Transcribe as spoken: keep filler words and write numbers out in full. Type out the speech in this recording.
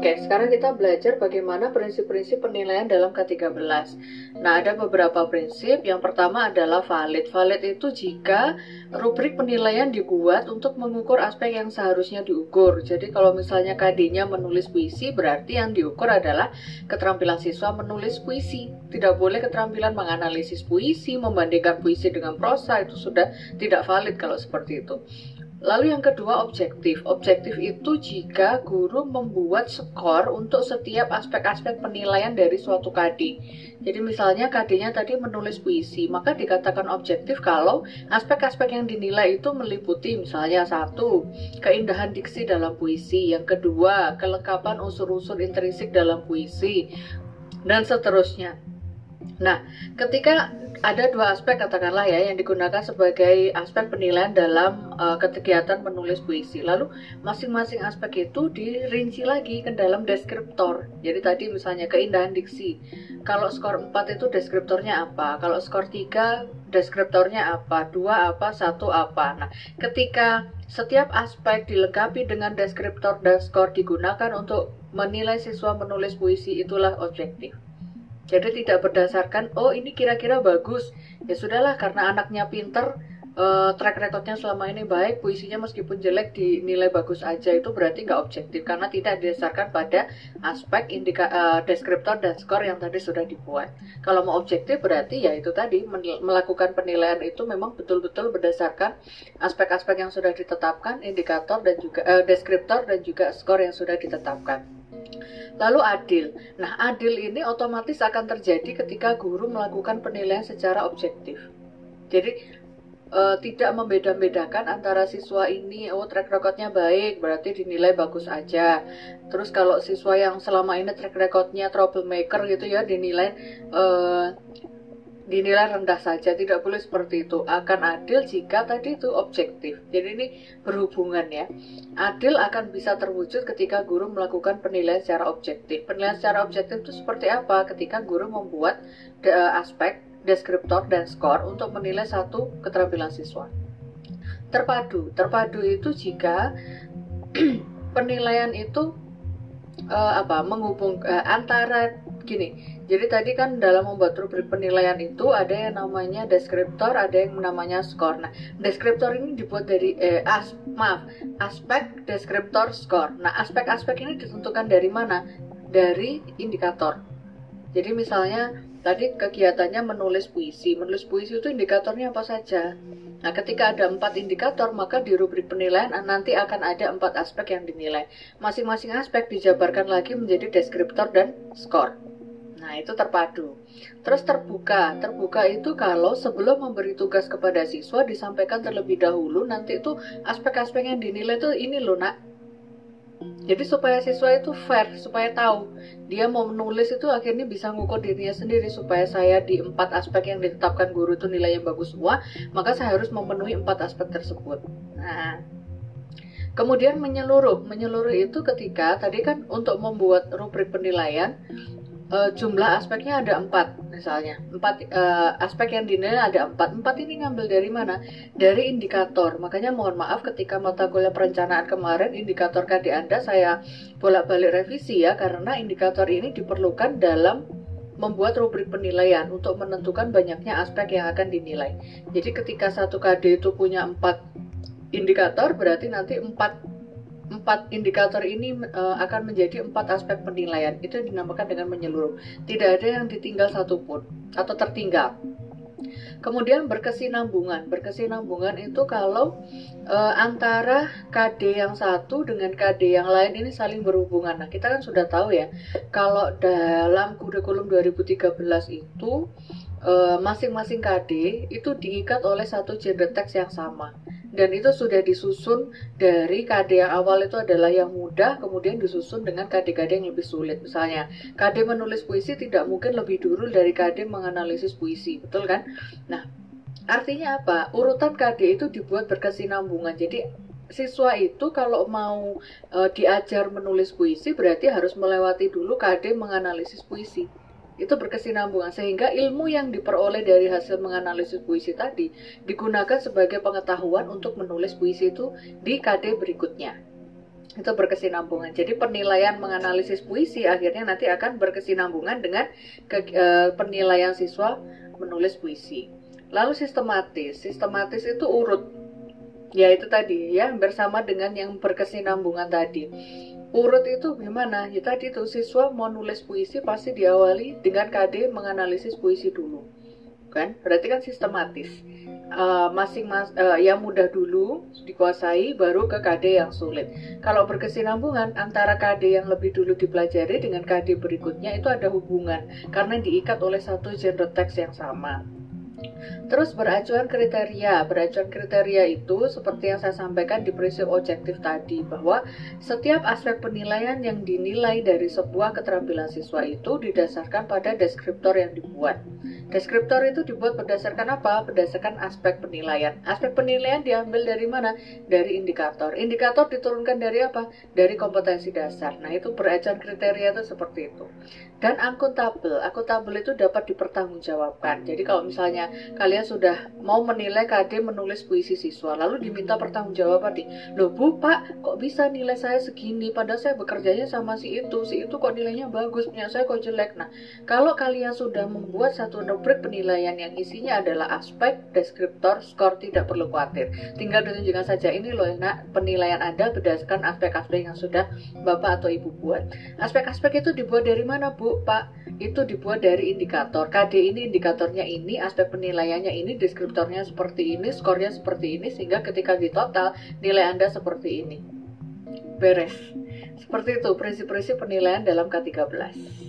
Oke, sekarang kita belajar bagaimana prinsip-prinsip penilaian dalam K tiga belas. Nah, ada beberapa prinsip. Yang pertama adalah valid. Valid itu jika rubrik penilaian dibuat untuk mengukur aspek yang seharusnya diukur. Jadi kalau misalnya K D-nya menulis puisi, berarti yang diukur adalah keterampilan siswa menulis puisi. Tidak boleh keterampilan menganalisis puisi, membandingkan puisi dengan prosa, itu sudah tidak valid kalau seperti itu. Lalu yang kedua, objektif. Objektif itu jika guru membuat skor untuk setiap aspek-aspek penilaian dari suatu K D. Jadi misalnya K D-nya tadi menulis puisi, maka dikatakan objektif kalau aspek-aspek yang dinilai itu meliputi misalnya satu, keindahan diksi dalam puisi, yang kedua, kelengkapan unsur-unsur intrinsik dalam puisi, dan seterusnya. Nah, ketika ada dua aspek katakanlah ya yang digunakan sebagai aspek penilaian dalam uh, kegiatan menulis puisi, lalu masing-masing aspek itu dirinci lagi ke dalam deskriptor. Jadi tadi misalnya keindahan diksi, kalau skor empat itu deskriptornya apa, kalau skor tiga deskriptornya apa, dua apa, satu apa. Nah, ketika setiap aspek dilengkapi dengan deskriptor dan skor digunakan untuk menilai siswa menulis puisi, itulah objektif. Jadi tidak berdasarkan, oh ini kira-kira bagus, ya sudahlah karena anaknya pinter, uh, track recordnya selama ini baik, puisinya meskipun jelek dinilai bagus aja, itu berarti nggak objektif karena tidak didasarkan pada aspek indika, uh, deskriptor dan skor yang tadi sudah dibuat. Kalau mau objektif berarti ya itu tadi, melakukan penilaian itu memang betul-betul berdasarkan aspek-aspek yang sudah ditetapkan, indikator dan juga uh, deskriptor dan juga skor yang sudah ditetapkan. Lalu adil. Nah, adil ini otomatis akan terjadi ketika guru melakukan penilaian secara objektif. Jadi e, tidak membeda-bedakan antara siswa ini, oh track recordnya baik, berarti dinilai bagus aja. Terus kalau siswa yang selama ini track recordnya troublemaker gitu ya, dinilai e, dinilai rendah saja. Tidak boleh seperti itu. Akan adil jika tadi itu objektif. Jadi ini berhubungan ya. Adil akan bisa terwujud ketika guru melakukan penilaian secara objektif. Penilaian secara objektif itu seperti apa? Ketika guru membuat de aspek, deskriptor, dan skor untuk menilai satu keterampilan siswa. Terpadu. Terpadu itu jika penilaian itu uh, apa? menghubung uh, antara gini. Jadi tadi kan dalam membuat rubrik penilaian itu ada yang namanya deskriptor, ada yang namanya skor. Nah, deskriptor ini dibuat dari eh, as, maaf, aspek, deskriptor, skor. Nah, aspek-aspek ini ditentukan dari mana? Dari indikator. Jadi misalnya tadi kegiatannya menulis puisi. Menulis puisi itu indikatornya apa saja? Nah, ketika ada empat indikator, maka di rubrik penilaian nanti akan ada empat aspek yang dinilai. Masing-masing aspek dijabarkan lagi menjadi deskriptor dan skor. Nah, itu terpadu. Terus terbuka. Terbuka itu kalau sebelum memberi tugas kepada siswa disampaikan terlebih dahulu, nanti itu aspek-aspek yang dinilai itu ini loh nak. Jadi supaya siswa itu fair, supaya tahu dia mau menulis itu akhirnya bisa ngukur dirinya sendiri, supaya saya di empat aspek yang ditetapkan guru itu nilainya bagus semua, maka saya harus memenuhi empat aspek tersebut. Nah, kemudian menyeluruh. Menyeluruh itu ketika tadi kan untuk membuat rubrik penilaian, Uh, jumlah aspeknya ada empat misalnya empat uh, aspek yang dinilai ada empat empat ini ngambil dari mana? Dari indikator. Makanya mohon maaf ketika mata kuliah perencanaan kemarin indikator K D Anda saya bolak-balik revisi ya, karena indikator ini diperlukan dalam membuat rubrik penilaian untuk menentukan banyaknya aspek yang akan dinilai. Jadi ketika satu K D itu punya empat indikator, berarti nanti empat Empat indikator ini uh, akan menjadi empat aspek penilaian. Itu dinamakan dengan menyeluruh. Tidak ada yang ditinggal satupun atau tertinggal. Kemudian berkesinambungan. Berkesinambungan itu kalau uh, antara K D yang satu dengan K D yang lain ini saling berhubungan. Nah, kita kan sudah tahu ya, kalau dalam kurikulum dua ribu tiga belas itu masing-masing uh, K D itu diikat oleh satu genre teks yang sama. Dan itu sudah disusun dari K D yang awal itu adalah yang mudah, kemudian disusun dengan K D-K D yang lebih sulit. Misalnya, K D menulis puisi tidak mungkin lebih dulu dari K D menganalisis puisi, betul kan? Nah, artinya apa? Urutan K D itu dibuat berkesinambungan. Jadi, siswa itu kalau mau e, diajar menulis puisi, berarti harus melewati dulu K D menganalisis puisi. Itu berkesinambungan sehingga ilmu yang diperoleh dari hasil menganalisis puisi tadi digunakan sebagai pengetahuan untuk menulis puisi itu di K D berikutnya. Itu berkesinambungan. Jadi penilaian menganalisis puisi akhirnya nanti akan berkesinambungan dengan ke, e, penilaian siswa menulis puisi. Lalu sistematis. Sistematis itu urut. Ya itu tadi ya, bersama dengan yang berkesinambungan tadi. Urut itu gimana? Ya tadi tuh siswa mau nulis puisi pasti diawali dengan K D menganalisis puisi dulu. Kan? Berarti kan sistematis. Uh, masing-mas uh, yang mudah dulu dikuasai baru ke K D yang sulit. Kalau berkesinambungan antara K D yang lebih dulu dipelajari dengan K D berikutnya itu ada hubungan karena diikat oleh satu genre teks yang sama. Terus beracuan kriteria. Beracuan kriteria itu seperti yang saya sampaikan di prinsip objektif tadi, bahwa setiap aspek penilaian yang dinilai dari sebuah keterampilan siswa itu didasarkan pada deskriptor yang dibuat. Deskriptor itu dibuat berdasarkan apa? Berdasarkan aspek penilaian. Aspek penilaian diambil dari mana? Dari indikator. Indikator diturunkan dari apa? Dari kompetensi dasar. Nah, itu beracuan kriteria itu seperti itu. Dan akuntabel. Akuntabel itu dapat dipertanggungjawabkan. Jadi kalau misalnya kalian sudah mau menilai K D menulis puisi siswa, lalu diminta pertanggungjawaban nih. Loh Bu, Pak, kok bisa nilai saya segini? Padahal saya bekerjanya sama si itu. Si itu kok nilainya bagus, punya saya kok jelek. Nah, kalau kalian sudah membuat satu rubrik penilaian yang isinya adalah aspek, deskriptor, skor, tidak perlu khawatir. Tinggal ditunjukkan saja, ini loh nak penilaian Anda berdasarkan aspek-aspek yang sudah Bapak atau Ibu buat. Aspek-aspek itu dibuat dari mana Bu, Pak? Itu dibuat dari indikator. K D ini indikatornya ini, aspek penilaiannya ini, deskriptornya seperti ini, skornya seperti ini, sehingga ketika ditotal nilai Anda seperti ini. Beres. Seperti itu prinsip-prinsip penilaian dalam K tiga belas.